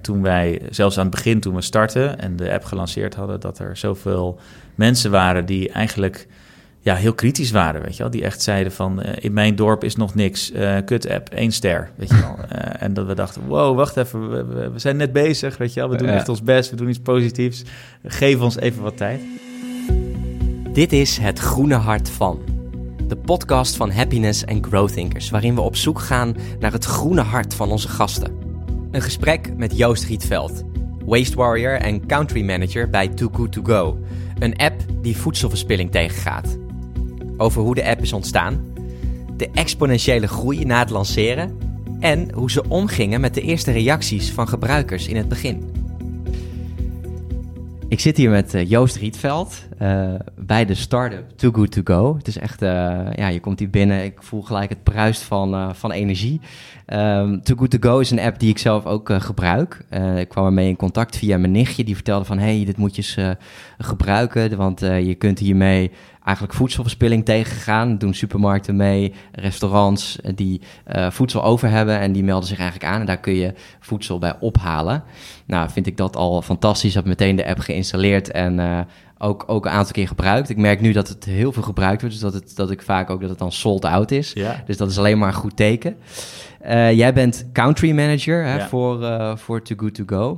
toen wij, zelfs aan het begin toen we startten en de app gelanceerd hadden, dat er zoveel mensen waren die eigenlijk heel kritisch waren, weet je wel. Die echt zeiden van, in mijn dorp is nog niks, kut app, 1 ster, weet je wel. En dat we dachten, wow, wacht even, we zijn net bezig, weet je wel. We doen echt ons best, we doen iets positiefs. Geef ons even wat tijd. Dit is Het Groene Hart van, de podcast van Happiness and Growth Thinkers, waarin we op zoek gaan naar het groene hart van onze gasten. Een gesprek met Joost Rietveld, Waste Warrior en Country Manager bij Too Good To Go, een app die voedselverspilling tegengaat. Over hoe de app is ontstaan, de exponentiële groei na het lanceren en hoe ze omgingen met de eerste reacties van gebruikers in het begin. Ik zit hier met Joost Rietveld bij de start-up Too Good To Go. Het is echt, je komt hier binnen, ik voel gelijk het bruist van energie. Too Good To Go is een app die ik zelf ook gebruik. Ik kwam ermee in contact via mijn nichtje, die vertelde van, hey, dit moet je eens gebruiken, want je kunt hiermee eigenlijk voedselverspilling tegengaan. Dat doen supermarkten mee, restaurants die voedsel over hebben en die melden zich eigenlijk aan en daar kun je voedsel bij ophalen. Nou, vind ik dat al fantastisch. Ik heb meteen de app geïnstalleerd en ook een aantal keer gebruikt. Ik merk nu dat het heel veel gebruikt wordt, dus dat ik vaak ook dat het dan sold out is. Ja. Dus dat is alleen maar een goed teken. Jij bent country manager voor Too Good To Go.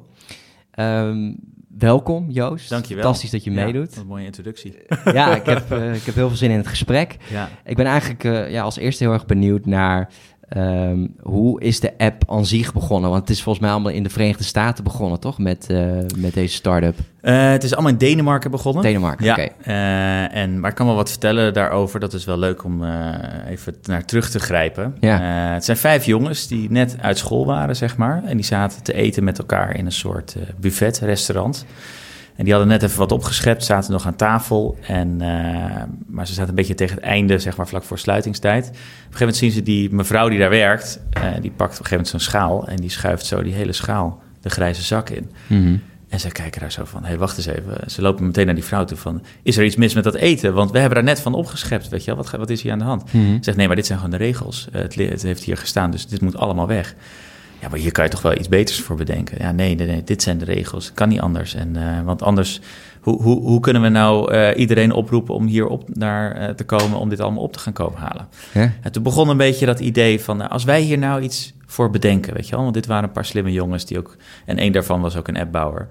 Welkom, Joost. Dankjewel. Fantastisch dat je meedoet. Wat een mooie introductie. Ja, ik heb heel veel zin in het gesprek. Ja. Ik ben eigenlijk als eerste heel erg benieuwd naar hoe is de app aan zich begonnen? Want het is volgens mij allemaal in de Verenigde Staten begonnen, toch? Met deze start-up. Het is allemaal in Denemarken begonnen. Denemarken, ja. Oké. Maar ik kan wel wat vertellen daarover. Dat is wel leuk om even naar terug te grijpen. Ja. Het zijn 5 jongens die net uit school waren, zeg maar. En die zaten te eten met elkaar in een soort buffetrestaurant. En die hadden net even wat opgeschept, zaten nog aan tafel. Maar ze zaten een beetje tegen het einde, zeg maar, vlak voor sluitingstijd. Op een gegeven moment zien ze die mevrouw die daar werkt. Die pakt op een gegeven moment zo'n schaal en die schuift zo die hele schaal de grijze zak in. Mm-hmm. En ze kijken daar zo van, hé, wacht eens even. Ze lopen meteen naar die vrouw toe van, is er iets mis met dat eten? Want we hebben daar net van opgeschept, weet je wel. Wat is hier aan de hand? Mm-hmm. Ze zegt, nee, maar dit zijn gewoon de regels. Het heeft hier gestaan, dus dit moet allemaal weg. Ja, maar hier kan je toch wel iets beters voor bedenken. Ja, nee, dit zijn de regels. Kan niet anders. Want anders, hoe kunnen we nou iedereen oproepen om hier naar te komen om dit allemaal op te gaan komen halen? Ja? En toen begon een beetje dat idee van, als wij hier nou iets voor bedenken, weet je wel. Want dit waren een paar slimme jongens die ook, en één daarvan was ook een appbouwer.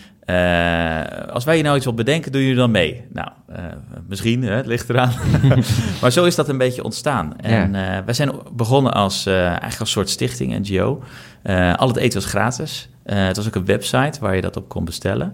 Als wij hier nou iets op bedenken, doen jullie dan mee? Nou, misschien, het ligt eraan. Maar zo is dat een beetje ontstaan. En wij zijn begonnen eigenlijk als soort stichting, NGO. Al het eten was gratis. Het was ook een website waar je dat op kon bestellen.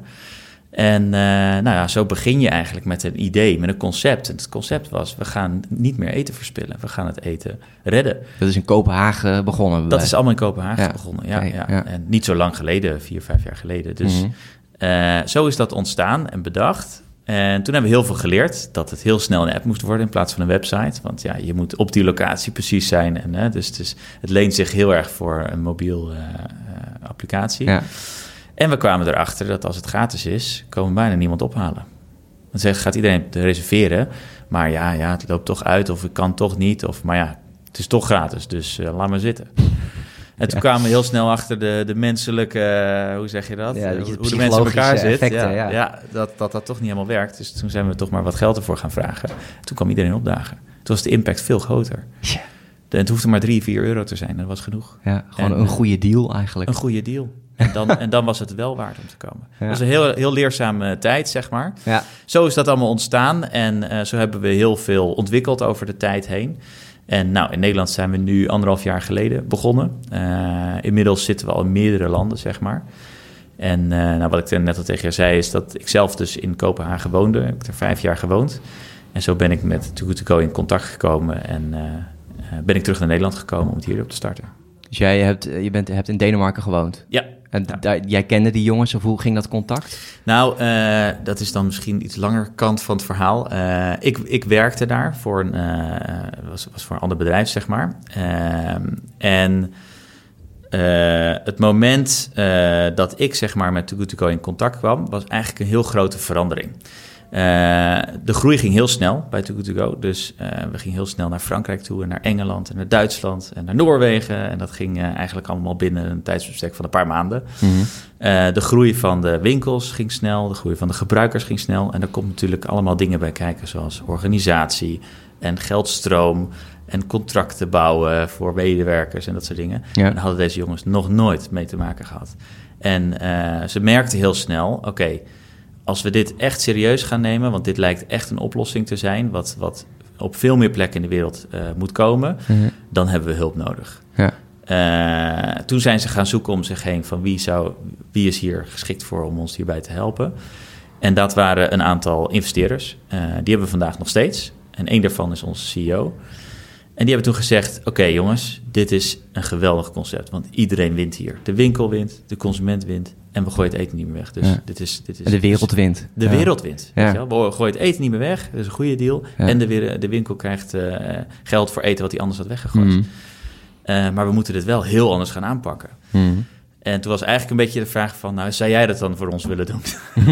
En zo begin je eigenlijk met een idee, met een concept. En het concept was, we gaan niet meer eten verspillen. We gaan het eten redden. Dat is in Kopenhagen begonnen? Dat is allemaal in Kopenhagen begonnen, ja. En niet zo lang geleden, 4-5 jaar geleden. Dus... Mm-hmm. Zo is dat ontstaan en bedacht. En toen hebben we heel veel geleerd dat het heel snel een app moest worden in plaats van een website. Want ja, je moet op die locatie precies zijn. En, dus het leent zich heel erg voor een mobiel applicatie. Ja. En we kwamen erachter dat als het gratis is, komen bijna niemand ophalen. Dan gaat iedereen reserveren. Maar ja, het loopt toch uit of ik kan toch niet. Maar ja, het is toch gratis, dus laat maar zitten. En toen kwamen we heel snel achter de menselijke, hoe zeg je dat? Ja, hoe de mensen in elkaar zitten. Ja, dat toch niet helemaal werkt. Dus toen zijn we toch maar wat geld ervoor gaan vragen. Toen kwam iedereen opdagen. Toen was de impact veel groter. Ja. En het hoefde maar 3-4 euro te zijn. Dat was genoeg. Ja, gewoon een goede deal eigenlijk. Een goede deal. En dan was het wel waard om te komen. Ja. Dat was een heel leerzame tijd, zeg maar. Ja. Zo is dat allemaal ontstaan. En zo hebben we heel veel ontwikkeld over de tijd heen. En in Nederland zijn we nu 1,5 jaar geleden begonnen. Inmiddels zitten we al in meerdere landen, zeg maar. En wat ik net al tegen je zei, is dat ik zelf dus in Kopenhagen woonde. Ik heb er 5 jaar gewoond. En zo ben ik met Too Good To Go in contact gekomen. En ben ik terug naar Nederland gekomen om het hier op te starten. Dus jij hebt in Denemarken gewoond? Ja. En jij kende die jongens, of hoe ging dat contact? Nou, dat is dan misschien iets langer kant van het verhaal. Ik werkte daar voor was voor een ander bedrijf, zeg maar. Het moment dat ik zeg maar met Too Good To Go in contact kwam, was eigenlijk een heel grote verandering. De groei ging heel snel bij Too Good To Go. Dus we gingen heel snel naar Frankrijk toe en naar Engeland en naar Duitsland en naar Noorwegen. En dat ging eigenlijk allemaal binnen een tijdsbestek van een paar maanden. Mm-hmm. De groei van de winkels ging snel, de groei van de gebruikers ging snel. En er komt natuurlijk allemaal dingen bij kijken zoals organisatie en geldstroom en contracten bouwen voor medewerkers en dat soort dingen. Ja. En daar hadden deze jongens nog nooit mee te maken gehad. En ze merkten heel snel, oké, als we dit echt serieus gaan nemen, want dit lijkt echt een oplossing te zijn, wat op veel meer plekken in de wereld moet komen, dan hebben we hulp nodig. Ja. Toen zijn ze gaan zoeken om zich heen van wie is hier geschikt voor om ons hierbij te helpen. En dat waren een aantal investeerders. Die hebben we vandaag nog steeds. En één daarvan is onze CEO. En die hebben toen gezegd, oké, jongens, dit is een geweldig concept. Want iedereen wint hier. De winkel wint, de consument wint en we gooien het eten niet meer weg. Dus dit is de wereld wint. De wereld wint. Ja. Weet je wel? We gooien het eten niet meer weg, dat is een goede deal. Ja. En de winkel krijgt geld voor eten wat hij anders had weggegooid. Maar we moeten dit wel heel anders gaan aanpakken. En toen was eigenlijk een beetje de vraag van, nou, zou jij dat dan voor ons willen doen?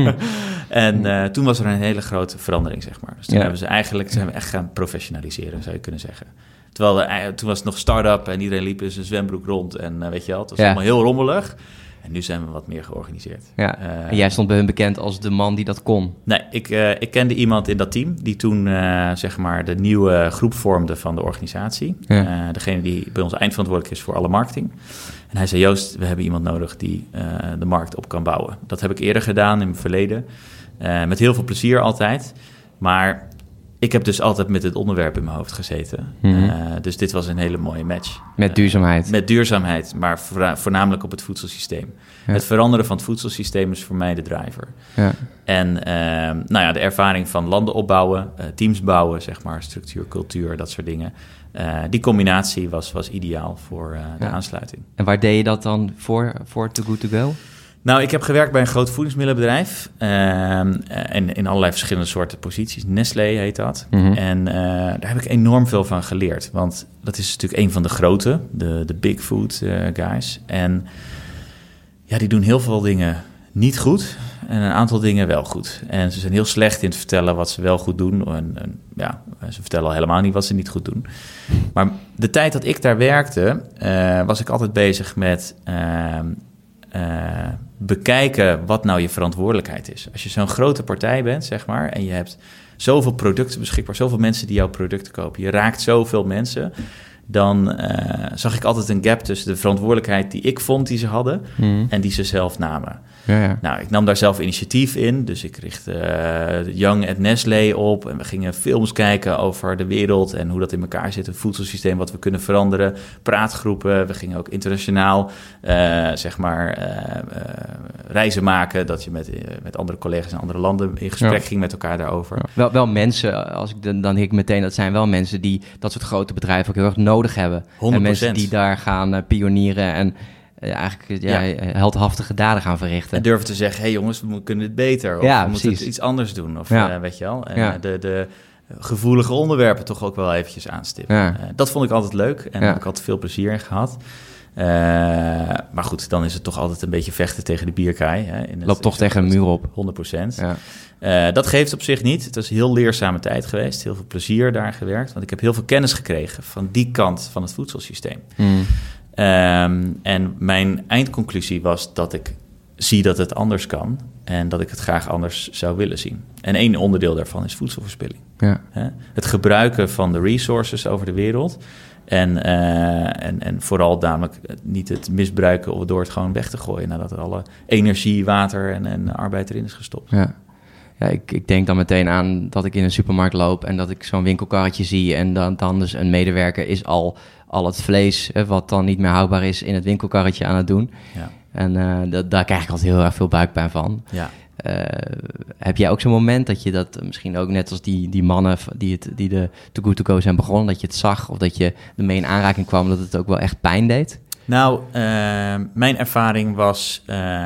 En toen was er een hele grote verandering, zeg maar. Dus toen zijn we echt gaan professionaliseren, zou je kunnen zeggen. Terwijl toen was het nog start-up en iedereen liep in zijn zwembroek rond. En weet je wel, het was allemaal heel rommelig. En nu zijn we wat meer georganiseerd. Ja. En jij stond bij hun bekend als de man die dat kon? Nee, ik kende iemand in dat team die toen zeg maar de nieuwe groep vormde van de organisatie. Ja. Degene die bij ons eindverantwoordelijk is voor alle marketing. En hij zei, Joost, we hebben iemand nodig die de markt op kan bouwen. Dat heb ik eerder gedaan in mijn verleden. Met heel veel plezier altijd. Maar ik heb dus altijd met het onderwerp in mijn hoofd gezeten. Dus dit was een hele mooie match. Met duurzaamheid. Met duurzaamheid, maar voornamelijk op het voedselsysteem. Ja. Het veranderen van het voedselsysteem is voor mij de driver. Ja. En de ervaring van landen opbouwen, teams bouwen, zeg maar, structuur, cultuur, dat soort dingen. Die combinatie was ideaal voor de aansluiting. En waar deed je dat dan voor Too Good To Go? Nou, ik heb gewerkt bij een groot voedingsmiddelenbedrijf. En in allerlei verschillende soorten posities. Nestlé heet dat. En daar heb ik enorm veel van geleerd. Want dat is natuurlijk een van de grote, de big food guys. En ja, die doen heel veel dingen niet goed en een aantal dingen wel goed. En ze zijn heel slecht in het vertellen wat ze wel goed doen. En ze vertellen al helemaal niet wat ze niet goed doen. Maar de tijd dat ik daar werkte, was ik altijd bezig met bekijken wat nou je verantwoordelijkheid is. Als je zo'n grote partij bent, zeg maar, en je hebt zoveel producten beschikbaar, zoveel mensen die jouw producten kopen, je raakt zoveel mensen, dan zag ik altijd een gap tussen de verantwoordelijkheid die ik vond die ze hadden en die ze zelf namen. Ja. Nou, ik nam daar zelf initiatief in, dus ik richtte Young at Nestlé op en we gingen films kijken over de wereld en hoe dat in elkaar zit, het voedselsysteem, wat we kunnen veranderen, praatgroepen, we gingen ook internationaal reizen maken, dat je met andere collega's in andere landen in gesprek ging met elkaar daarover. Ja. Wel mensen, als ik dan hik meteen, dat zijn wel mensen die dat soort grote bedrijven ook heel erg nodig hebben. 100%. En mensen die daar gaan pionieren en heldhaftige daden gaan verrichten. En durven te zeggen, hey jongens, we kunnen dit beter. Of we moeten iets anders doen. Of weet je wel. En de gevoelige onderwerpen toch ook wel eventjes aanstippen. Ja. Dat vond ik altijd leuk en daar heb ik altijd veel plezier in gehad. Maar goed, dan is het toch altijd een beetje vechten tegen de bierkaai. Loopt toch tegen een muur op. 100%. Ja. Dat geeft op zich niet. Het was een heel leerzame tijd geweest. Heel veel plezier daar gewerkt. Want ik heb heel veel kennis gekregen van die kant van het voedselsysteem. En mijn eindconclusie was dat ik zie dat het anders kan en dat ik het graag anders zou willen zien. En één onderdeel daarvan is voedselverspilling. Ja. Het gebruiken van de resources over de wereld en vooral namelijk niet het misbruiken door het gewoon weg te gooien nadat er alle energie, water en arbeid erin is gestopt. Ja. Ja, ik denk dan meteen aan dat ik in een supermarkt loop en dat ik zo'n winkelkarretje zie en dan dus een medewerker is al het vlees wat dan niet meer houdbaar is in het winkelkarretje aan het doen. Ja. En daar krijg ik altijd heel erg veel buikpijn van. Ja. Heb jij ook zo'n moment dat je dat misschien ook net als die mannen die de Too Good To Go zijn begonnen, dat je het zag of dat je ermee in aanraking kwam dat het ook wel echt pijn deed? Nou, mijn ervaring was...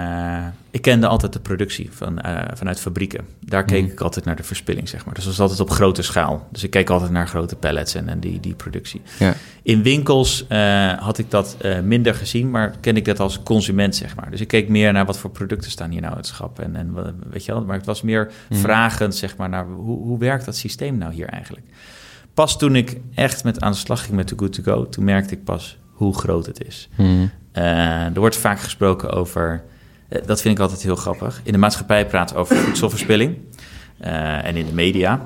ik kende altijd de productie vanuit fabrieken. Daar keek ik altijd naar de verspilling, zeg maar. Dus dat was altijd op grote schaal. Dus ik keek altijd naar grote pallets en die productie. Ja. In winkels had ik dat minder gezien, maar kende ik dat als consument, zeg maar. Dus ik keek meer naar wat voor producten staan hier nou in het schap. En weet je wel, maar het was meer vragend, zeg maar, naar hoe werkt dat systeem nou hier eigenlijk? Pas toen ik echt aan de slag ging met Too Good To Go, toen merkte ik pas hoe groot het is. Er wordt vaak gesproken over... dat vind ik altijd heel grappig. In de maatschappij praten we over voedselverspilling. En in de media.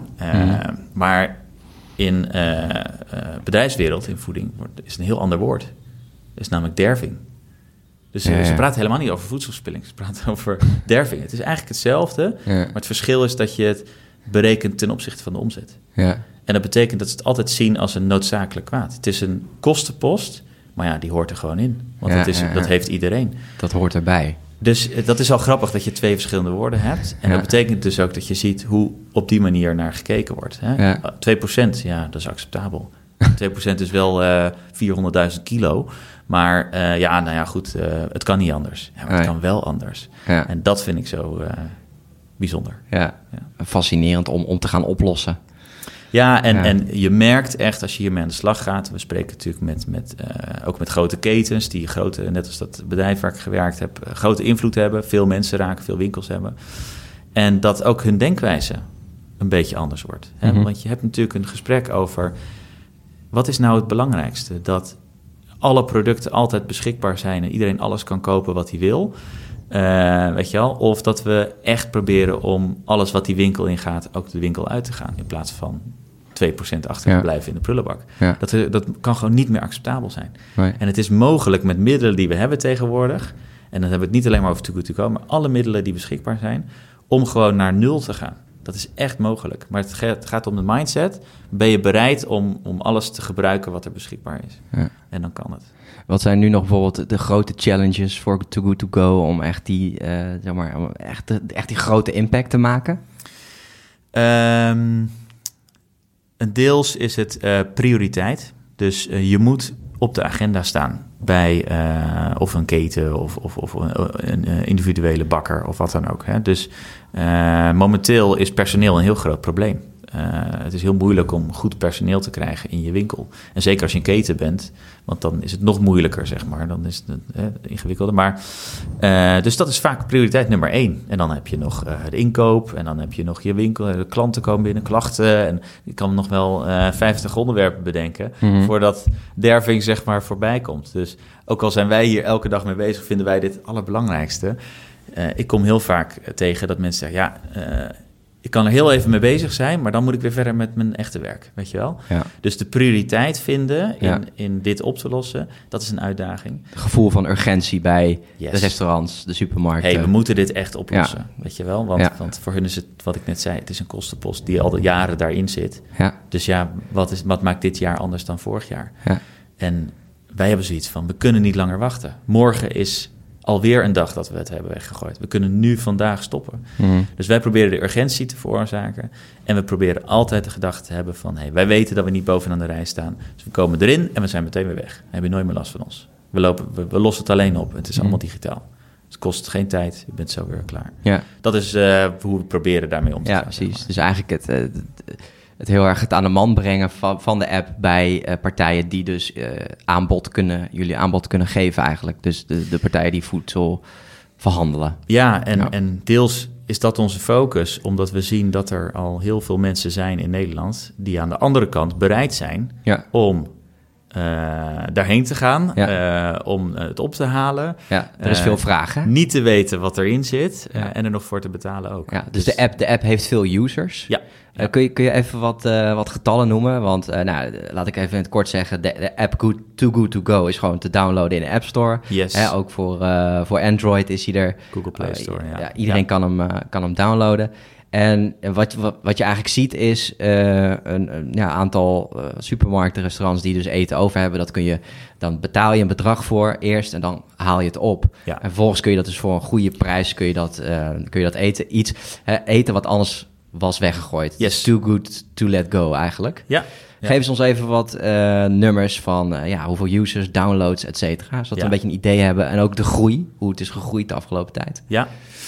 Maar in bedrijfswereld, in voeding, is een heel ander woord. Dat is namelijk derving. Dus ze praten helemaal niet over voedselverspilling. Ze praten over derving. Het is eigenlijk hetzelfde. Ja. Maar het verschil is dat je het berekent ten opzichte van de omzet. Ja. En dat betekent dat ze het altijd zien als een noodzakelijk kwaad. Het is een kostenpost... Maar ja, die hoort er gewoon in. Want dat heeft iedereen. Dat hoort erbij. Dus dat is al grappig dat je 2 verschillende woorden hebt. En dat betekent dus ook dat je ziet hoe op die manier naar gekeken wordt. Hè? Ja. 2%, ja, dat is acceptabel. 2% is wel 400.000 kilo. Maar goed, het kan niet anders. Ja, maar het kan wel anders. Ja. En dat vind ik zo bijzonder. Ja. Fascinerend om te gaan oplossen. Ja, en je merkt echt als je hiermee aan de slag gaat... we spreken natuurlijk ook met grote ketens... die net als dat bedrijf waar ik gewerkt heb... grote invloed hebben, veel mensen raken, veel winkels hebben. En dat ook hun denkwijze een beetje anders wordt. Hè? Want je hebt natuurlijk een gesprek over... wat is nou het belangrijkste? Dat alle producten altijd beschikbaar zijn... en iedereen alles kan kopen wat hij wil... weet je wel? Of dat we echt proberen om alles wat die winkel ingaat... ook de winkel uit te gaan... in plaats van 2% achter te blijven in de prullenbak. Ja. Dat kan gewoon niet meer acceptabel zijn. Nee. En het is mogelijk met middelen die we hebben tegenwoordig... en dan hebben we het niet alleen maar over Too Good To Go... maar alle middelen die beschikbaar zijn... om gewoon naar 0 te gaan. Dat is echt mogelijk. Maar het gaat om de mindset. Ben je bereid om alles te gebruiken wat er beschikbaar is? Ja. En dan kan het. Wat zijn nu nog bijvoorbeeld de grote challenges voor Too Good To Go... om echt die, echt die grote impact te maken? Een deels is het prioriteit. Dus je moet op de agenda staan bij of een keten of een individuele bakker of wat dan ook. Hè. Dus momenteel is personeel een heel groot probleem. Het is heel moeilijk om goed personeel te krijgen in je winkel. En zeker als je een keten bent, want dan is het nog moeilijker, zeg maar. Dan is het ingewikkelder. Maar, dus dat is vaak prioriteit nummer 1. En dan heb je nog de inkoop en dan heb je nog je winkel. De klanten komen binnen, klachten. En je kan nog wel 50 onderwerpen bedenken voordat derving, zeg maar, voorbij komt. Dus ook al zijn wij hier elke dag mee bezig, vinden wij dit het allerbelangrijkste. Ik kom heel vaak tegen dat mensen zeggen, ik kan er heel even mee bezig zijn, maar dan moet ik weer verder met mijn echte werk, weet je wel? Ja. Dus de prioriteit vinden in dit op te lossen, dat is een uitdaging. Het gevoel van urgentie bij de restaurants, de supermarkten. We moeten dit echt oplossen, weet je wel? Want voor hun is het, wat ik net zei, het is een kostenpost die al de jaren daarin zit. Ja. Dus wat maakt dit jaar anders dan vorig jaar? Ja. En wij hebben zoiets van, we kunnen niet langer wachten. Morgen is alweer een dag dat we het hebben weggegooid. We kunnen nu vandaag stoppen. Dus wij proberen de urgentie te veroorzaken. En we proberen altijd de gedachte te hebben van, wij weten dat we niet bovenaan de rij staan. Dus we komen erin en we zijn meteen weer weg. Dan heb je nooit meer last van ons. We lossen het alleen op. Het is allemaal digitaal. Het kost geen tijd. Je bent zo weer klaar. Ja. Dat is hoe we proberen daarmee om te gaan. Ja, precies. Zeg maar. Dus eigenlijk het heel erg het aan de man brengen van de app bij partijen die dus jullie aanbod kunnen geven eigenlijk. Dus de partijen die voedsel verhandelen. Ja, en deels is dat onze focus, omdat we zien dat er al heel veel mensen zijn in Nederland die aan de andere kant bereid zijn om daarheen te gaan, om het op te halen. Ja, er is veel vraag, hè? Niet te weten wat erin zit en er nog voor te betalen ook. Ja, dus de app heeft veel users. Ja. Kun je even wat getallen noemen? Want laat ik even in het kort zeggen, de app Too Good To Go is gewoon te downloaden in de App Store. Yes. Ook voor Android is hij er. Google Play Store, iedereen kan hem downloaden. En wat je eigenlijk ziet is een aantal supermarkten, restaurants die dus eten over hebben. Dan betaal je een bedrag voor eerst en dan haal je het op. Ja. En vervolgens kun je dat dus voor een goede prijs kun je dat eten. Eten wat anders was weggegooid. Yes. Too good to let go eigenlijk. Ja. Geef eens ons even wat nummers van hoeveel users, downloads, et cetera. Zodat we een beetje een idee hebben. En ook de groei, hoe het is gegroeid de afgelopen tijd. Ja.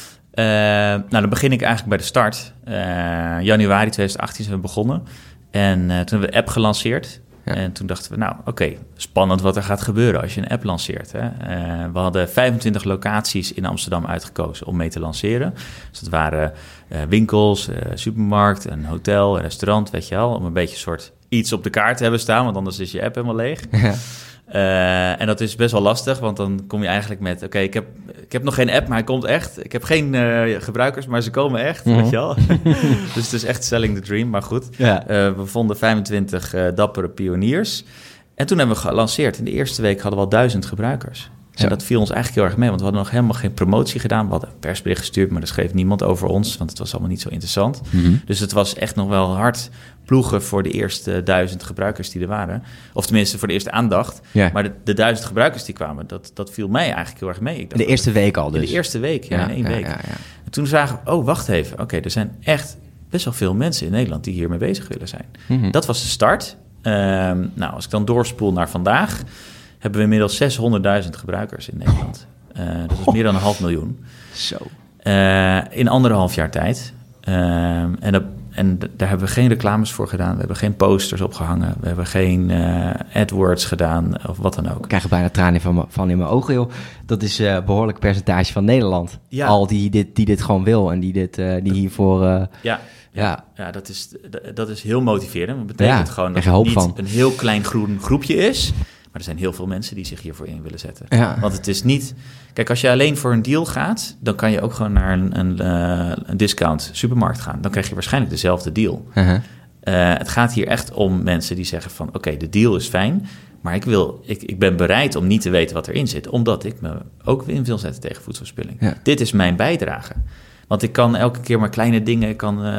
Dan begin ik eigenlijk bij de start. Januari 2018 zijn we begonnen. En toen hebben we de app gelanceerd. Ja. En toen dachten we, oké, spannend wat er gaat gebeuren als je een app lanceert. Hè? We hadden 25 locaties in Amsterdam uitgekozen om mee te lanceren. Dus dat waren winkels, supermarkt, een hotel, een restaurant, weet je wel. Om een beetje een soort iets op de kaart te hebben staan, want anders is je app helemaal leeg. Ja. En dat is best wel lastig, want dan kom je eigenlijk met... Oké, ik heb nog geen app, maar hij komt echt. Ik heb geen gebruikers, maar ze komen echt, weet je wel. Dus het is echt selling the dream, maar goed. Ja. We vonden 25 dappere pioniers. En toen hebben we gelanceerd. In de eerste week hadden we al 1000 gebruikers. En dat viel ons eigenlijk heel erg mee, want we hadden nog helemaal geen promotie gedaan. We hadden een persbericht gestuurd, maar er schreef niemand over ons, want het was allemaal niet zo interessant. Mm-hmm. Dus het was echt nog wel hard ploegen voor de eerste 1000 gebruikers die er waren. Of tenminste voor de eerste aandacht. Ja. Maar de 1000 gebruikers die kwamen, dat viel mij eigenlijk heel erg mee. Ik dacht, de eerste week al dus? In de eerste week, in 1 week. Ja. En toen zagen we, wacht even. Oké, er zijn echt best wel veel mensen in Nederland die hiermee bezig willen zijn. Mm-hmm. Dat was de start. Als ik dan doorspoel naar vandaag, hebben we inmiddels 600.000 gebruikers in Nederland. Dat is meer dan 500.000. Zo. In 1,5 jaar tijd. En daar hebben we geen reclames voor gedaan. We hebben geen posters opgehangen. We hebben geen AdWords gedaan of wat dan ook. Ik krijg er bijna tranen van in mijn ogen, joh. Dat is een behoorlijk percentage van Nederland. Ja. Al die dit gewoon wil en die hiervoor... Ja, dat is heel motiverend. Dat betekent gewoon dat het niet een heel klein groen groepje is... Maar er zijn heel veel mensen die zich hiervoor in willen zetten. Ja. Want het is niet... Kijk, als je alleen voor een deal gaat... dan kan je ook gewoon naar een discount supermarkt gaan. Dan krijg je waarschijnlijk dezelfde deal. Uh-huh. Het gaat hier echt om mensen die zeggen van... oké, de deal is fijn... maar ik ben bereid om niet te weten wat erin zit... omdat ik me ook in wil zetten tegen voedselverspilling. Ja. Dit is mijn bijdrage. Want ik kan elke keer maar kleine dingen...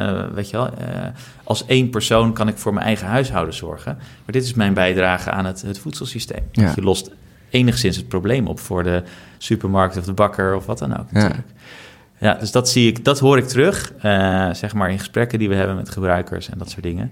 als 1 persoon kan ik voor mijn eigen huishouden zorgen. Maar dit is mijn bijdrage aan het voedselsysteem. Ja. Je lost enigszins het probleem op... voor de supermarkt of de bakker of wat dan ook natuurlijk. Ja, dus dat hoor ik terug. Zeg maar in gesprekken die we hebben met gebruikers... en dat soort dingen.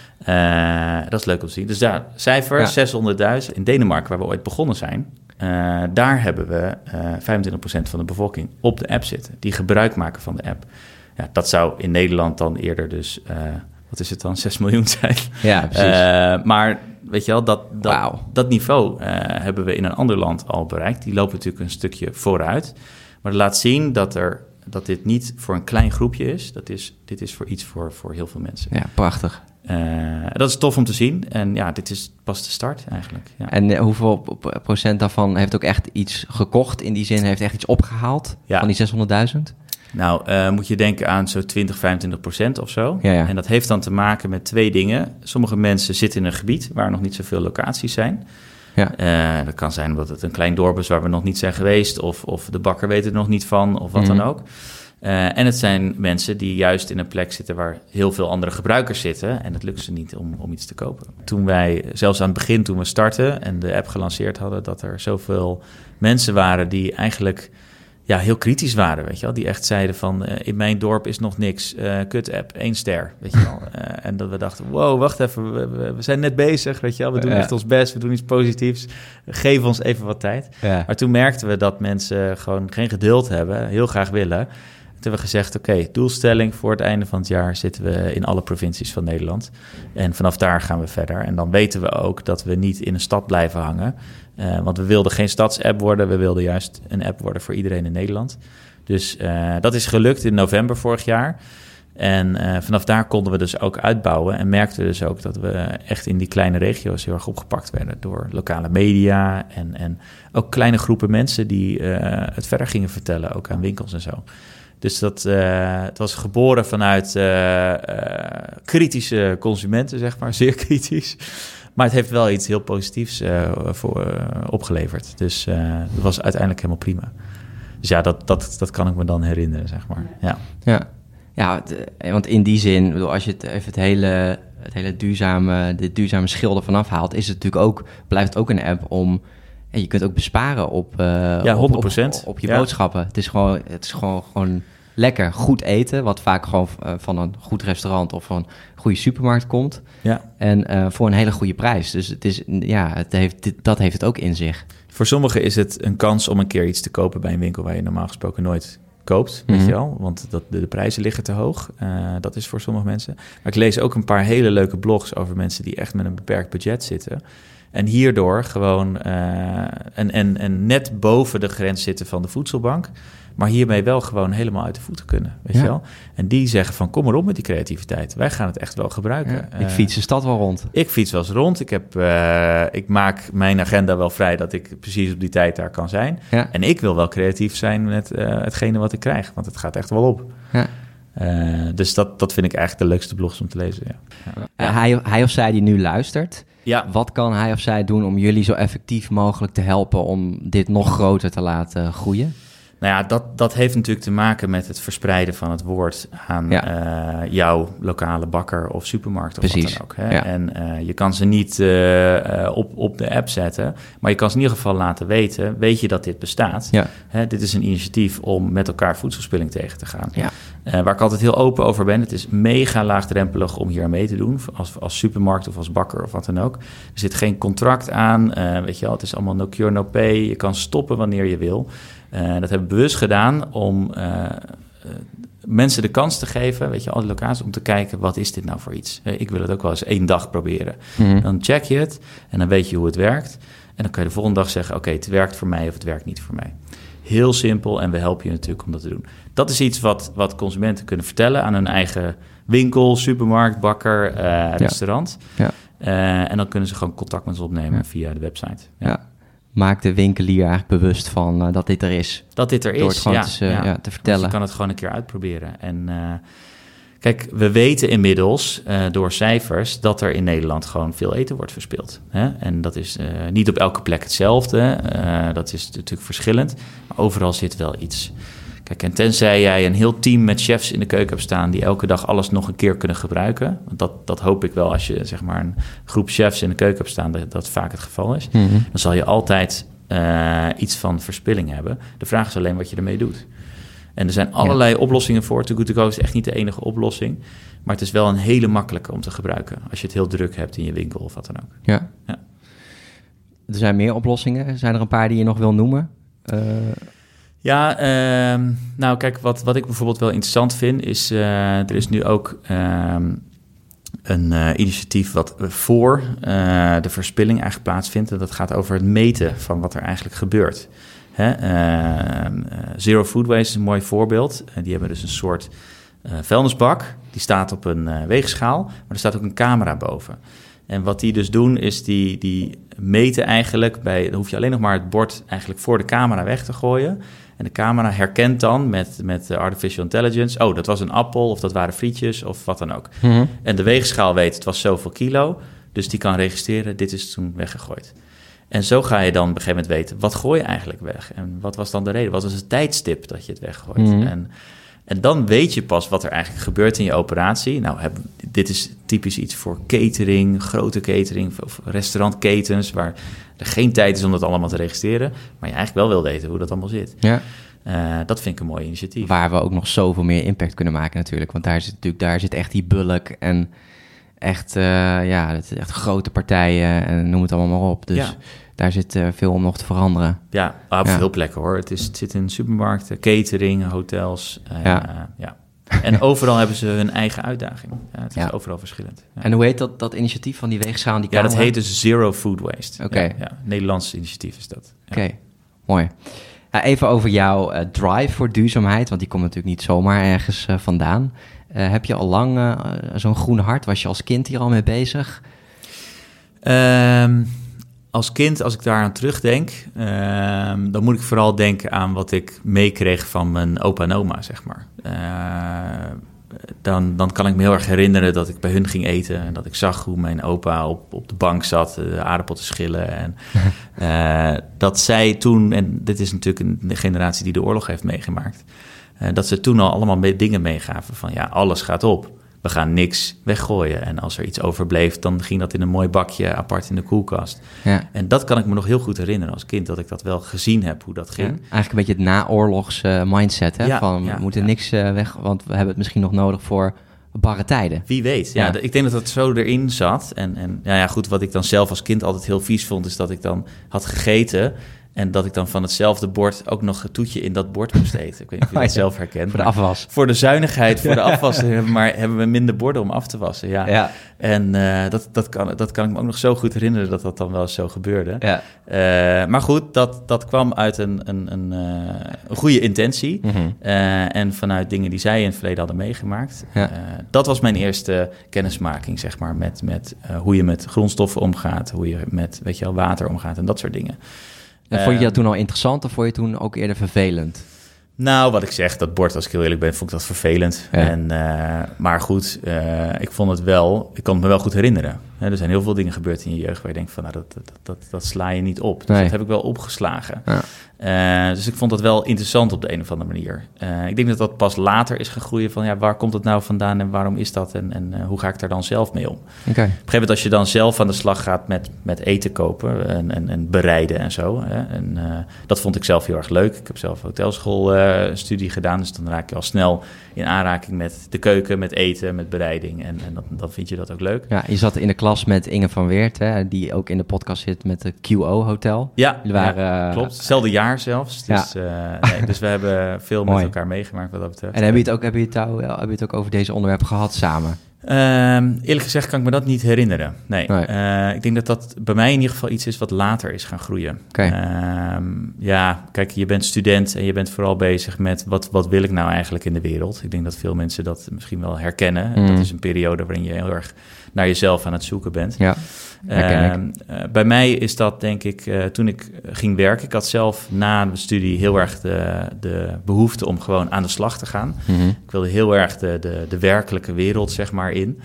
Ja. Dat is leuk om te zien. Dus daar, cijfer 600.000. In Denemarken, waar we ooit begonnen zijn... daar hebben we 25% van de bevolking op de app zitten... die gebruik maken van de app. Ja, dat zou in Nederland dan eerder dus... wat is het dan, 6 miljoen zijn? Ja, precies. Maar weet je wel, dat niveau hebben we in een ander land al bereikt. Die lopen natuurlijk een stukje vooruit. Maar dat laat zien dat dit niet voor een klein groepje is. Dit is voor heel veel mensen. Ja, prachtig. Dat is tof om te zien. En ja, dit is pas de start eigenlijk. Ja. En hoeveel procent daarvan heeft ook echt iets gekocht? In die zin, heeft echt iets opgehaald van die 600.000? Nou, moet je denken aan zo'n 20-25% of zo. Ja. En dat heeft dan te maken met 2 dingen. Sommige mensen zitten in een gebied waar nog niet zoveel locaties zijn. Ja. Dat kan zijn omdat het een klein dorp is waar we nog niet zijn geweest... of de bakker weet er nog niet van, of wat dan ook. En het zijn mensen die juist in een plek zitten... waar heel veel andere gebruikers zitten... en het lukt ze niet om iets te kopen. Toen wij, zelfs aan het begin toen we startten... en de app gelanceerd hadden... dat er zoveel mensen waren die eigenlijk... heel kritisch waren, weet je wel. Die echt zeiden van, in mijn dorp is nog niks. Kut app, 1 ster, weet je wel. En dat we dachten, wow, wacht even, we zijn net bezig, weet je wel. We doen echt ons best, we doen iets positiefs. Geef ons even wat tijd. Ja. Maar toen merkten we dat mensen gewoon geen geduld hebben, heel graag willen. Toen hebben we gezegd, oké, doelstelling voor het einde van het jaar... zitten we in alle provincies van Nederland. En vanaf daar gaan we verder. En dan weten we ook dat we niet in een stad blijven hangen... want we wilden geen stadsapp worden. We wilden juist een app worden voor iedereen in Nederland. Dus dat is gelukt in november vorig jaar. En vanaf daar konden we dus ook uitbouwen. En merkten we dus ook dat we echt in die kleine regio's... heel erg opgepakt werden door lokale media... en ook kleine groepen mensen die het verder gingen vertellen. Ook aan winkels en zo. Dus het was geboren vanuit kritische consumenten, zeg maar. Zeer kritisch. Maar het heeft wel iets heel positiefs opgeleverd. Dus dat was uiteindelijk helemaal prima. Dus ja, dat kan ik me dan herinneren, zeg maar. Ja, want in die zin, bedoel, als je het hele duurzame schilder vanaf haalt... is het natuurlijk ook, blijft het ook een app om... En je kunt ook besparen op 100%. Op je boodschappen. Het is gewoon lekker goed eten, wat vaak gewoon van een goed restaurant of van een goede supermarkt komt. Ja. En voor een hele goede prijs. Dus het is, dat heeft het ook in zich. Voor sommigen is het een kans om een keer iets te kopen bij een winkel waar je normaal gesproken nooit koopt, weet je wel, want de prijzen liggen te hoog. Dat is voor sommige mensen. Maar ik lees ook een paar hele leuke blogs over mensen die echt met een beperkt budget zitten. En hierdoor gewoon en net boven de grens zitten van de voedselbank, maar hiermee wel gewoon helemaal uit de voeten kunnen, weet je wel. En die zeggen van, kom maar op met die creativiteit. Wij gaan het echt wel gebruiken. Ja, ik fiets de stad wel rond. Ik fiets wel eens rond. Ik maak mijn agenda wel vrij dat ik precies op die tijd daar kan zijn. Ja. En ik wil wel creatief zijn met hetgene wat ik krijg, want het gaat echt wel op. Ja. Dus dat vind ik eigenlijk de leukste blogs om te lezen. Ja. Hij of zij die nu luistert, wat kan hij of zij doen om jullie zo effectief mogelijk te helpen om dit nog groter te laten groeien? Nou ja, dat heeft natuurlijk te maken met het verspreiden van het woord aan jouw lokale bakker of supermarkt of wat dan ook. Hè? Ja. En je kan ze niet op de app zetten, maar je kan ze in ieder geval laten weten. Weet je dat dit bestaat? Ja. Hè, dit is een initiatief om met elkaar voedselspilling tegen te gaan. Ja. Waar ik altijd heel open over ben. Het is mega laagdrempelig om hier aan mee te doen, als supermarkt of als bakker of wat dan ook. Er zit geen contract aan, weet je wel, het is allemaal no cure, no pay. Je kan stoppen wanneer je wil. Dat hebben we bewust gedaan om mensen de kans te geven, weet je, al die locaties, om te kijken, wat is dit nou voor iets? Ik wil het ook wel eens 1 dag proberen. Mm-hmm. Dan check je het en dan weet je hoe het werkt. En dan kan je de volgende dag zeggen, oké, het werkt voor mij of het werkt niet voor mij. Heel simpel en we helpen je natuurlijk om dat te doen. Dat is iets wat consumenten kunnen vertellen aan hun eigen winkel, supermarkt, bakker, restaurant. Ja. En dan kunnen ze gewoon contact met ons opnemen via de website. Ja. Maak de winkelier eigenlijk bewust van dat dit er is. Dat dit er is, door het gewoon te vertellen. Dus je kan het gewoon een keer uitproberen. En kijk, we weten inmiddels door cijfers dat er in Nederland gewoon veel eten wordt verspild. Hè? En dat is niet op elke plek hetzelfde. Dat is natuurlijk verschillend. Maar overal zit wel iets. Kijk, en tenzij jij een heel team met chefs in de keuken hebt staan die elke dag alles nog een keer kunnen gebruiken. Dat hoop ik wel als je zeg maar een groep chefs in de keuken hebt staan, dat vaak het geval is. Mm-hmm. Dan zal je altijd iets van verspilling hebben. De vraag is alleen wat je ermee doet. En er zijn allerlei oplossingen voor. Too Good To Go is echt niet de enige oplossing. Maar het is wel een hele makkelijke om te gebruiken als je het heel druk hebt in je winkel of wat dan ook. Ja. Er zijn meer oplossingen. Zijn er een paar die je nog wil noemen? Ja, nou kijk, wat ik bijvoorbeeld wel interessant vind is, er is nu ook een initiatief wat voor de verspilling eigenlijk plaatsvindt. En dat gaat over het meten van wat er eigenlijk gebeurt. Zero Food Waste is een mooi voorbeeld. Die hebben dus een soort vuilnisbak, die staat op een weegschaal, maar er staat ook een camera boven. En wat die dus doen, is die meten eigenlijk dan hoef je alleen nog maar het bord eigenlijk voor de camera weg te gooien. En de camera herkent dan met artificial intelligence, oh, dat was een appel of dat waren frietjes of wat dan ook. Mm-hmm. En de weegschaal weet, het was zoveel kilo, dus die kan registreren, dit is toen weggegooid. En zo ga je dan op een gegeven moment weten, wat gooi je eigenlijk weg? En wat was dan de reden? Wat was het tijdstip dat je het weggooit? Mm-hmm. En dan weet je pas wat er eigenlijk gebeurt in je operatie. Nou, dit is typisch iets voor catering, grote catering of restaurantketens, waar er geen tijd is om dat allemaal te registreren, maar je eigenlijk wel wil weten hoe dat allemaal zit. Ja. Dat vind ik een mooi initiatief. Waar we ook nog zoveel meer impact kunnen maken natuurlijk, want daar zit echt die bulk en echt, het echt grote partijen en noem het allemaal maar op. Dus daar zit veel om nog te veranderen. Ja, op veel plekken hoor. Het zit in supermarkten, catering, hotels. En overal hebben ze hun eigen uitdaging. Ja, het is overal verschillend. Ja. En hoe heet dat initiatief van die weegschaal en die camera? Ja, dat heet dus Zero Food Waste. Oké. Ja, Nederlands initiatief is dat. Ja. Oké, mooi. Even over jouw drive voor duurzaamheid, want die komt natuurlijk niet zomaar ergens vandaan. Heb je al lang zo'n groen hart? Was je als kind hier al mee bezig? Als kind, als ik daaraan terugdenk, dan moet ik vooral denken aan wat ik meekreeg van mijn opa en oma, zeg maar. Dan kan ik me heel erg herinneren dat ik bij hun ging eten en dat ik zag hoe mijn opa op de bank zat, de aardappel te schillen. En dat zij toen, en dit is natuurlijk een generatie die de oorlog heeft meegemaakt, dat ze toen al allemaal dingen meegaven van ja, alles gaat op. we gaan niks weggooien. En als er iets overbleef, dan ging dat in een mooi bakje apart in de koelkast. Ja. En dat kan ik me nog heel goed herinneren als kind, dat ik dat wel gezien heb, hoe dat ging. Ja, eigenlijk een beetje het naoorlogs mindset, hè? Van we moeten niks weg, want we hebben het misschien nog nodig voor barre tijden. Wie weet, ja. Ik denk dat dat zo erin zat. En goed, wat ik dan zelf als kind altijd heel vies vond, is dat ik dan had gegeten en dat ik dan van hetzelfde bord ook nog een toetje in dat bord moest eten. Ik weet niet of je dat zelf herkent. Voor de afwas. Voor de zuinigheid, voor de afwas, hebben we minder borden om af te wassen. Ja. En dat kan ik me ook nog zo goed herinneren dat dan wel eens zo gebeurde. Ja. Maar goed, dat kwam uit een goede intentie. Mm-hmm. En vanuit dingen die zij in het verleden hadden meegemaakt. Ja. Dat was mijn eerste kennismaking, zeg maar, met hoe je met grondstoffen omgaat, hoe je met water omgaat en dat soort dingen. En vond je dat toen al interessant of vond je toen ook eerder vervelend? Nou, wat ik zeg, dat bord, als ik heel eerlijk ben, vond ik dat vervelend. Ja. Maar goed, ik vond het wel, ik kan het me wel goed herinneren. Er zijn heel veel dingen gebeurd in je jeugd waar je denkt van, nou, dat sla je niet op. Dus dat heb ik wel opgeslagen. Ja. Dus ik vond dat wel interessant op de een of andere manier. Ik denk dat dat pas later is gegroeid van, waar komt het nou vandaan en waarom is dat en hoe ga ik daar dan zelf mee om? Okay. Op een gegeven moment als je dan zelf aan de slag gaat met eten kopen en bereiden en zo. En dat vond ik zelf heel erg leuk. Ik heb zelf hotelschoolstudie gedaan, dus dan raak je al snel in aanraking met de keuken, met eten, met bereiding. En dan vind je dat ook leuk. Ja, je zat in de klas met Inge van Weert, hè, die ook in de podcast zit met de QO Hotel. Ja, klopt. Hetzelfde jaar zelfs. Dus, dus we hebben veel met elkaar meegemaakt wat dat betreft. En heb je het ook over deze onderwerpen gehad samen? Eerlijk gezegd kan ik me dat niet herinneren. Nee. Ik denk dat bij mij in ieder geval iets is wat later is gaan groeien. Okay. Kijk, je bent student en je bent vooral bezig met wat wil ik nou eigenlijk in de wereld. Ik denk dat veel mensen dat misschien wel herkennen. Dat is een periode waarin je heel erg naar jezelf aan het zoeken bent. Ja, bij mij is dat, denk ik, toen ik ging werken. Ik had zelf na mijn studie heel erg de behoefte om gewoon aan de slag te gaan. Mm-hmm. Ik wilde heel erg de werkelijke wereld, zeg maar, in.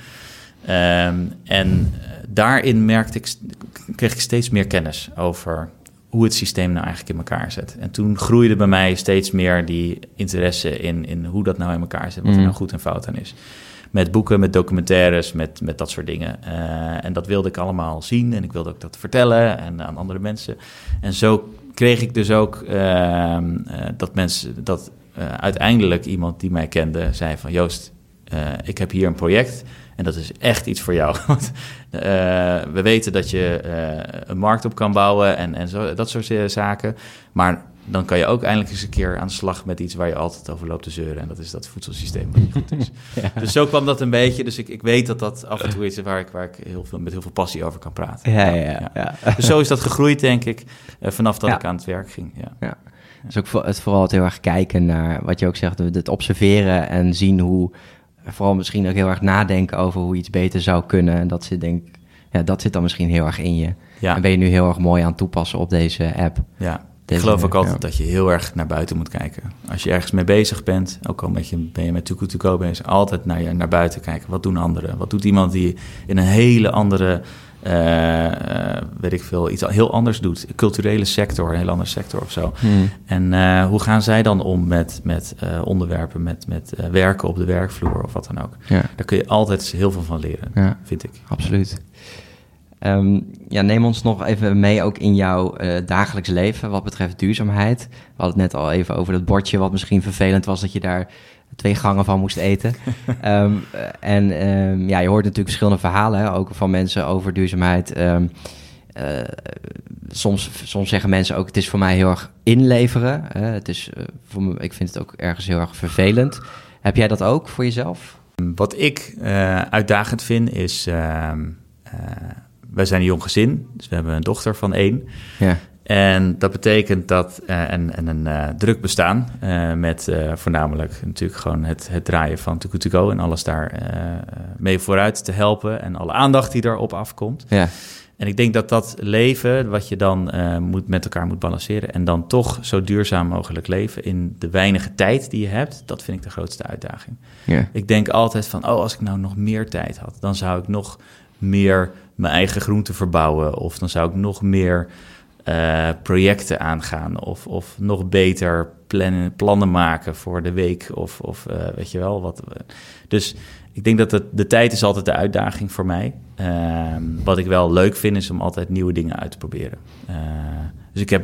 En daarin kreeg ik steeds meer kennis over hoe het systeem nou eigenlijk in elkaar zit. En toen groeide bij mij steeds meer die interesse in hoe dat nou in elkaar zit, wat er nou goed en fout aan is. Met boeken, met documentaires, met dat soort dingen. En dat wilde ik allemaal zien en ik wilde ook dat vertellen en aan andere mensen. En zo kreeg ik dus ook dat uiteindelijk iemand die mij kende zei van, Joost, ik heb hier een project en dat is echt iets voor jou. Want we weten dat je een markt op kan bouwen en zo, dat soort zaken. Maar dan kan je ook eindelijk eens een keer aan de slag met iets waar je altijd over loopt te zeuren. En dat is dat voedselsysteem wat niet goed is. Ja. Dus zo kwam dat een beetje. Dus ik weet dat af en toe is waar ik met heel veel passie over kan praten. Ja. Dus zo is dat gegroeid, denk ik, vanaf dat ik aan het werk ging. Ja. Dus ook vooral het heel erg kijken naar wat je ook zegt, het observeren en zien hoe, vooral misschien ook heel erg nadenken over hoe iets beter zou kunnen. En dat zit dan misschien heel erg in je. Ja. En ben je nu heel erg mooi aan het toepassen op deze app. Ja. Ik geloof ook altijd dat je heel erg naar buiten moet kijken. Als je ergens mee bezig bent, ook al ben je met Too Good To Go bezig, altijd naar buiten kijken. Wat doen anderen? Wat doet iemand die in een hele andere, iets heel anders doet? Een culturele sector, een heel andere sector of zo. En hoe gaan zij dan om met onderwerpen, met werken op de werkvloer of wat dan ook? Ja. Daar kun je altijd heel veel van leren, vind ik. Absoluut. Neem ons nog even mee ook in jouw dagelijks leven wat betreft duurzaamheid. We hadden het net al even over dat bordje wat misschien vervelend was dat je daar 2 gangen van moest eten. Je hoort natuurlijk verschillende verhalen, hè, ook van mensen over duurzaamheid. Soms zeggen mensen ook, het is voor mij heel erg inleveren. Ik vind het ook ergens heel erg vervelend. Heb jij dat ook voor jezelf? Wat ik uitdagend vind is, wij zijn een jong gezin, dus we hebben een dochter van 1. Ja. En dat betekent dat een druk bestaan met voornamelijk natuurlijk gewoon het draaien van Too Good To Go en alles daar mee vooruit te helpen en alle aandacht die daarop afkomt. Ja. En ik denk dat leven, wat je dan met elkaar moet balanceren en dan toch zo duurzaam mogelijk leven in de weinige tijd die je hebt, dat vind ik de grootste uitdaging. Ja. Ik denk altijd van, als ik nou nog meer tijd had, dan zou ik nog meer mijn eigen groenten verbouwen of dan zou ik nog meer projecten aangaan of nog beter plannen maken voor de week of weet je wel wat. Dus ik denk dat de tijd is altijd de uitdaging voor mij. Wat ik wel leuk vind is om altijd nieuwe dingen uit te proberen. Dus ik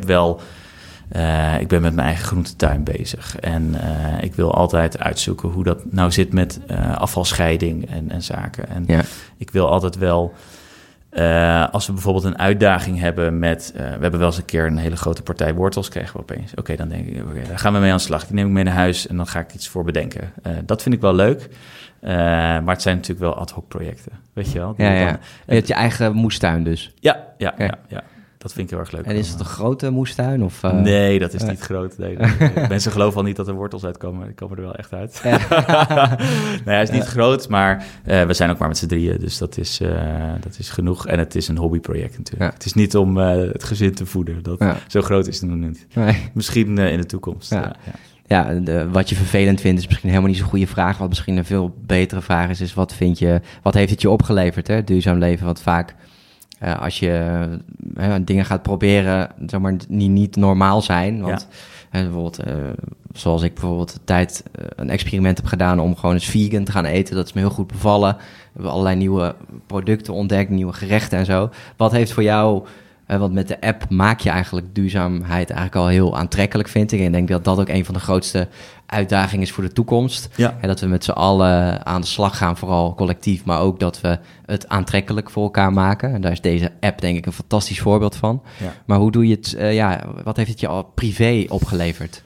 ben met mijn eigen groentetuin bezig. En ik wil altijd uitzoeken hoe dat nou zit met afvalscheiding en zaken. En ik wil altijd wel, als we bijvoorbeeld een uitdaging hebben met... we hebben wel eens een keer een hele grote partij wortels kregen we opeens. Oké, dan denk ik, daar gaan we mee aan de slag. Die neem ik mee naar huis en dan ga ik iets voor bedenken. Dat vind ik wel leuk. Maar het zijn natuurlijk wel ad hoc projecten, weet je wel. Je hebt je eigen moestuin dus? Ja. Dat vind ik heel erg leuk. En is het een grote moestuin? Of, Nee, dat is niet groot. Nee. Mensen geloven al niet dat er wortels uitkomen. Die komen er wel echt uit. Nee, hij is niet groot, maar we zijn ook maar met z'n drieën. Dus dat is genoeg. En het is een hobbyproject natuurlijk. Ja. Het is niet om het gezin te voeden. Zo groot is het nog niet. Nee. Misschien in de toekomst. Wat je vervelend vindt is misschien helemaal niet zo'n goede vraag. Wat misschien een veel betere vraag is wat heeft het je opgeleverd, hè? Duurzaam leven? Want vaak... als je dingen gaat proberen, zeg maar, niet normaal zijn. Want bijvoorbeeld, zoals ik bijvoorbeeld de tijd een experiment heb gedaan om gewoon eens vegan te gaan eten. Dat is me heel goed bevallen. We hebben allerlei nieuwe producten ontdekt, nieuwe gerechten en zo. Wat heeft voor jou... want met de app maak je eigenlijk duurzaamheid eigenlijk al heel aantrekkelijk, vind ik. En ik denk dat dat ook een van de grootste uitdagingen is voor de toekomst. Ja. En dat we met z'n allen aan de slag gaan, vooral collectief. Maar ook dat we het aantrekkelijk voor elkaar maken. En daar is deze app denk ik een fantastisch voorbeeld van. Ja. Maar hoe doe je het? Wat heeft het je al privé opgeleverd?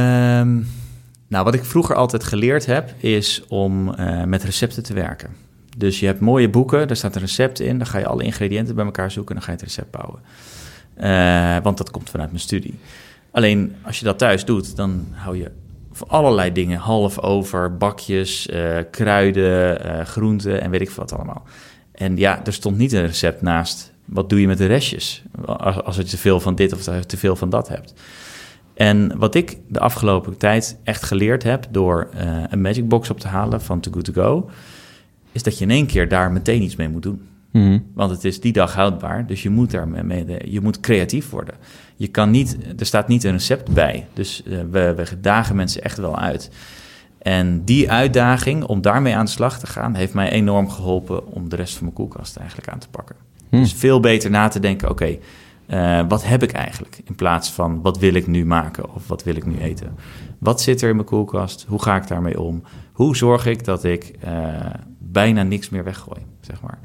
Wat ik vroeger altijd geleerd heb, is om met recepten te werken. Dus je hebt mooie boeken, daar staat een recept in. Dan ga je alle ingrediënten bij elkaar zoeken en dan ga je het recept bouwen. Want dat komt vanuit mijn studie. Alleen als je dat thuis doet, dan hou je voor allerlei dingen half over. Bakjes, kruiden, groenten en weet ik veel wat allemaal. En er stond niet een recept naast. Wat doe je met de restjes? Als je te veel van dit of te veel van dat hebt. En wat ik de afgelopen tijd echt geleerd heb door een Magic Box op te halen van Too Good To Go, is dat je in één keer daar meteen iets mee moet doen. Mm-hmm. Want het is die dag houdbaar, dus je moet creatief worden. Er staat niet een recept bij, dus we dagen mensen echt wel uit. En die uitdaging om daarmee aan de slag te gaan, heeft mij enorm geholpen om de rest van mijn koelkast eigenlijk aan te pakken. Dus veel beter na te denken, oké, wat heb ik eigenlijk? In plaats van, wat wil ik nu maken of wat wil ik nu eten? Wat zit er in mijn koelkast? Hoe ga ik daarmee om? Hoe zorg ik dat ik bijna niks meer weggooi, zeg maar.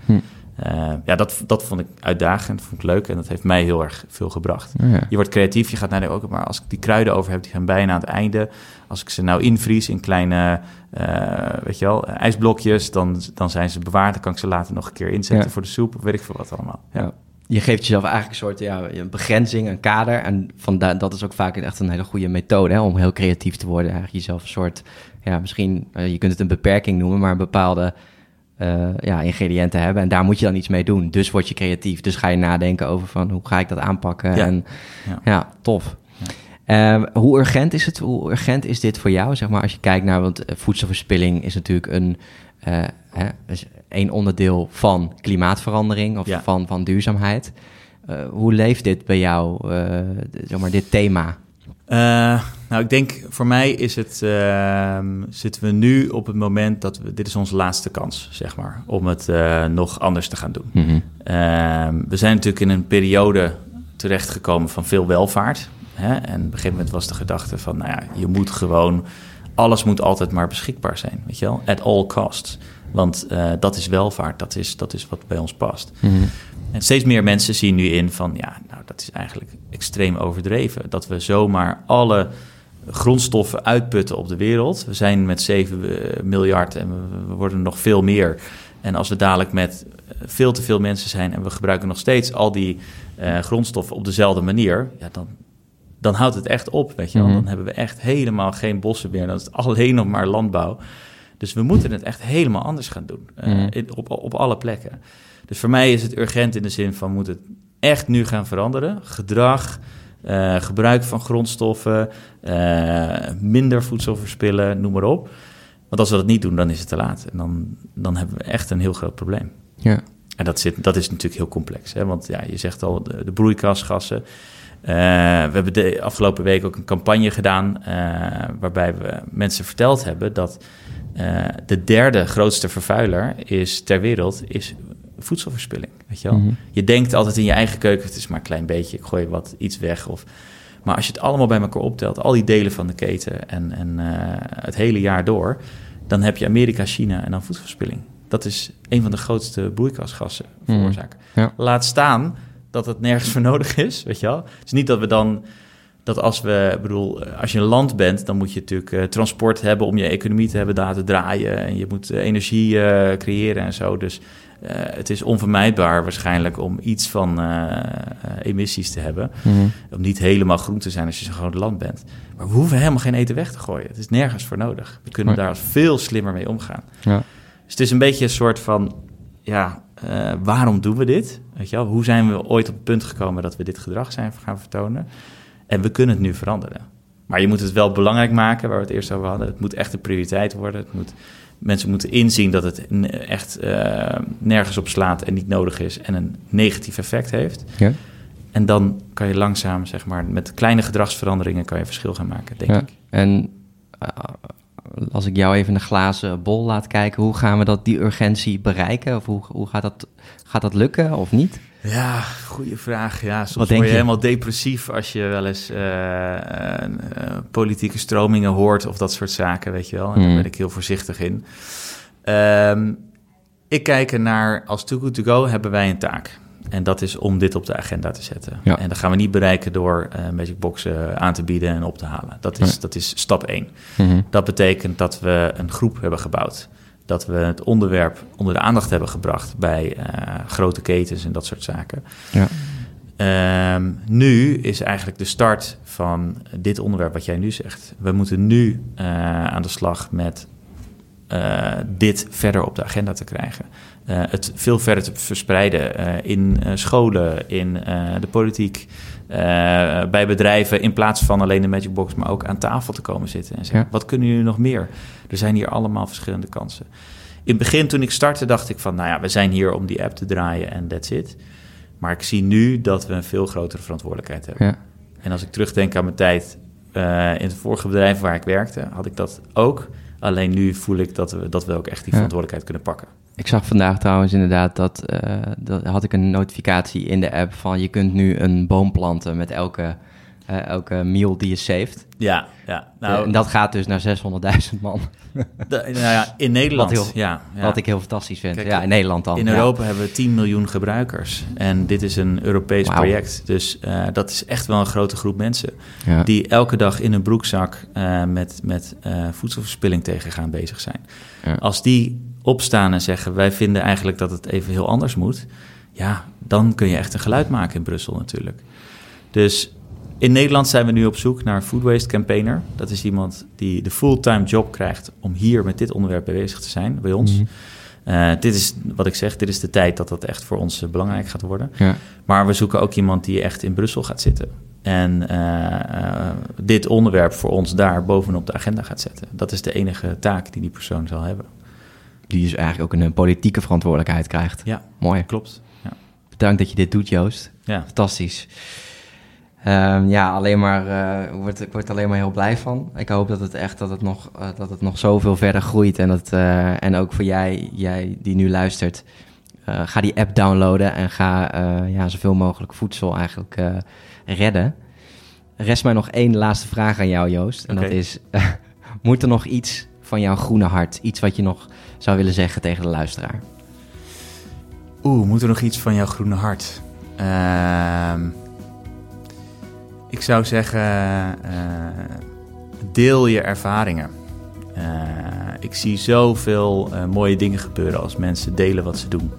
Dat vond ik uitdagend, vond ik leuk en dat heeft mij heel erg veel gebracht. Ja. Je wordt creatief, je gaat nadenken, ook, maar als ik die kruiden over heb, die gaan bijna aan het einde. Als ik ze nou invries in kleine, ijsblokjes, dan zijn ze bewaard. Dan kan ik ze later nog een keer inzetten voor de soep, of weet ik veel wat allemaal. Ja. Je geeft jezelf eigenlijk een soort een begrenzing, een kader. En dat is ook vaak echt een hele goede methode, hè, om heel creatief te worden. Eigenlijk jezelf een soort, misschien, je kunt het een beperking noemen, maar een bepaalde ingrediënten hebben. En daar moet je dan iets mee doen. Dus word je creatief. Dus ga je nadenken over van, hoe ga ik dat aanpakken? Ja. En tof. Ja. Hoe urgent is het? Hoe urgent is dit voor jou? Zeg maar, als je kijkt naar, want voedselverspilling is natuurlijk een onderdeel van klimaatverandering of van duurzaamheid. Hoe leeft dit bij jou, dit thema? Ik denk voor mij is het, zitten we nu op het moment dat dit is onze laatste kans, zeg maar, om het nog anders te gaan doen. Mm-hmm. We zijn natuurlijk in een periode terechtgekomen van veel welvaart. Hè? En op een gegeven moment was de gedachte van, je moet gewoon, alles moet altijd maar beschikbaar zijn, weet je wel, at all costs. Want dat is welvaart, dat is wat bij ons past. Mm-hmm. En steeds meer mensen zien nu in van, dat is eigenlijk extreem overdreven. Dat we zomaar alle grondstoffen uitputten op de wereld. We zijn met 7 miljard en we worden nog veel meer. En als we dadelijk met veel te veel mensen zijn en we gebruiken nog steeds al die grondstoffen op dezelfde manier, dan houdt het echt op, weet je wel. Dan hebben we echt helemaal geen bossen meer. Dan is het alleen nog maar landbouw. Dus we moeten het echt helemaal anders gaan doen. Op alle plekken. Dus voor mij is het urgent in de zin van, moet het echt nu gaan veranderen. Gedrag, gebruik van grondstoffen, minder voedsel verspillen, noem maar op. Want als we dat niet doen, dan is het te laat. En dan hebben we echt een heel groot probleem. Ja. En dat is natuurlijk heel complex. Hè? Want je zegt al, de broeikasgassen. We hebben de afgelopen week ook een campagne gedaan... waarbij we mensen verteld hebben dat... de derde grootste vervuiler ter wereld is voedselverspilling. Weet je wel? Mm-hmm. Je denkt altijd in je eigen keuken... het is maar een klein beetje, ik gooi iets weg. Maar als je het allemaal bij elkaar optelt... al die delen van de keten en het hele jaar door... dan heb je Amerika, China en dan voedselverspilling. Dat is een van de grootste broeikasgassen veroorzaken. Ja. Laat staan dat het nergens voor nodig is, weet je wel. Het is niet dat we dan... als je een land bent, dan moet je natuurlijk transport hebben... om je economie te hebben daar te draaien. En je moet energie creëren en zo. Dus het is onvermijdbaar waarschijnlijk om iets van emissies te hebben. Mm-hmm. Om niet helemaal groen te zijn als je zo'n groot land bent. Maar we hoeven helemaal geen eten weg te gooien. Het is nergens voor nodig. We kunnen daar veel slimmer mee omgaan. Ja. Dus het is een beetje een soort van... waarom doen we dit? Weet je wel? Hoe zijn we ooit op het punt gekomen dat we dit gedrag zijn gaan vertonen? En we kunnen het nu veranderen. Maar je moet het wel belangrijk maken, waar we het eerst over hadden. Het moet echt een prioriteit worden. Mensen moeten inzien dat het echt nergens op slaat en niet nodig is... en een negatief effect heeft. Ja. En dan kan je langzaam, zeg maar, met kleine gedragsveranderingen... kan je verschil gaan maken, denk ik. En als ik jou even in de glazen bol laat kijken... hoe gaan we die urgentie bereiken? Of hoe gaat dat lukken of niet? Ja, goede vraag. Ja, soms word je helemaal depressief als je wel eens politieke stromingen hoort of dat soort zaken, weet je wel. En daar ben ik heel voorzichtig in. Ik kijk ernaar, als Too Good To Go hebben wij een taak. En dat is om dit op de agenda te zetten. Ja. En dat gaan we niet bereiken door Magic Boxen aan te bieden en op te halen. Dat is stap 1. Mm-hmm. Dat betekent dat we een groep hebben gebouwd. Dat we het onderwerp onder de aandacht hebben gebracht bij grote ketens en dat soort zaken. Ja. Nu is eigenlijk de start van dit onderwerp wat jij nu zegt. We moeten nu aan de slag met dit verder op de agenda te krijgen. Het veel verder te verspreiden in scholen, in de politiek, bij bedrijven, in plaats van alleen de Magic Box, maar ook aan tafel te komen zitten en zeggen, wat kunnen jullie nog meer? Er zijn hier allemaal verschillende kansen. In het begin, toen ik startte, dacht ik van, we zijn hier om die app te draaien en that's it. Maar ik zie nu dat we een veel grotere verantwoordelijkheid hebben. Ja. En als ik terugdenk aan mijn tijd in het vorige bedrijf waar ik werkte, had ik dat ook. Alleen nu voel ik dat we ook echt die verantwoordelijkheid kunnen pakken. Ik zag vandaag trouwens inderdaad dat had ik een notificatie in de app van je kunt nu een boom planten met elke meal die je saved. Ja. Nou, en dat gaat dus naar 600.000 man. In Nederland. Wat ik heel fantastisch vind. Kijk, in Nederland dan. In Europa hebben we 10 miljoen gebruikers. En dit is een Europees project. Dus dat is echt wel een grote groep mensen. Ja. Die elke dag in hun broekzak met voedselverspilling tegengaan bezig zijn. Ja. Als die opstaan en zeggen, wij vinden eigenlijk dat het even heel anders moet. Ja, dan kun je echt een geluid maken in Brussel natuurlijk. Dus in Nederland zijn we nu op zoek naar een food waste campaigner. Dat is iemand die de fulltime job krijgt om hier met dit onderwerp bezig te zijn bij ons. Mm-hmm. Dit is wat ik zeg, dit is de tijd dat echt voor ons belangrijk gaat worden. Ja. Maar we zoeken ook iemand die echt in Brussel gaat zitten. En dit onderwerp voor ons daar bovenop de agenda gaat zetten. Dat is de enige taak die persoon zal hebben. Die dus eigenlijk ook een politieke verantwoordelijkheid krijgt. Ja, mooi. Klopt. Ja. Bedankt dat je dit doet, Joost. Ja. Fantastisch. Alleen maar, ik word alleen maar heel blij van. Ik hoop dat het nog zoveel verder groeit. En ook voor jij die nu luistert, ga die app downloaden en ga zoveel mogelijk voedsel eigenlijk redden. Er rest mij nog één laatste vraag aan jou, Joost. En dat is, moet er nog iets van jouw groene hart, iets wat je nog zou willen zeggen tegen de luisteraar? Moet er nog iets van jouw groene hart? Ik zou zeggen, deel je ervaringen. Ik zie zoveel mooie dingen gebeuren als mensen delen wat ze doen.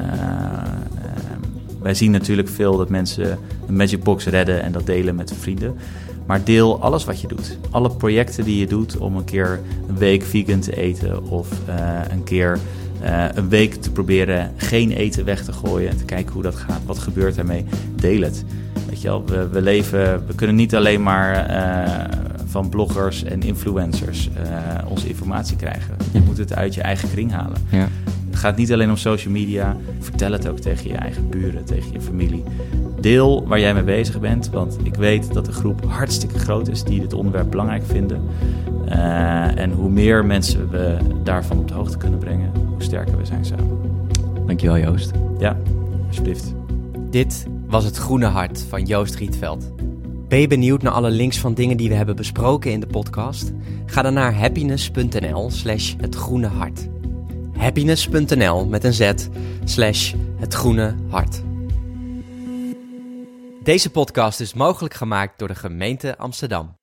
Wij zien natuurlijk veel dat mensen een Magic Box redden en dat delen met vrienden. Maar deel alles wat je doet. Alle projecten die je doet om een keer een week vegan te eten of een keer een week te proberen geen eten weg te gooien en te kijken hoe dat gaat. Wat gebeurt daarmee? Deel het. Weet je wel, we kunnen niet alleen maar van bloggers en influencers onze informatie krijgen. Je moet het uit je eigen kring halen. Ja. Het gaat niet alleen om social media. Vertel het ook tegen je eigen buren, tegen je familie. Deel waar jij mee bezig bent, want ik weet dat de groep hartstikke groot is die dit onderwerp belangrijk vinden. En hoe meer mensen we daarvan op de hoogte kunnen brengen, hoe sterker we zijn samen. Dankjewel, Joost. Ja, alsjeblieft. Dit was Het Groene Hart van Joost Rietveld. Ben je benieuwd naar alle links van dingen die we hebben besproken in de podcast? Ga dan naar happiness.nl/hetgroenehart. Happiness.nl met een z/hetgroenehart. Deze podcast is mogelijk gemaakt door de gemeente Amsterdam.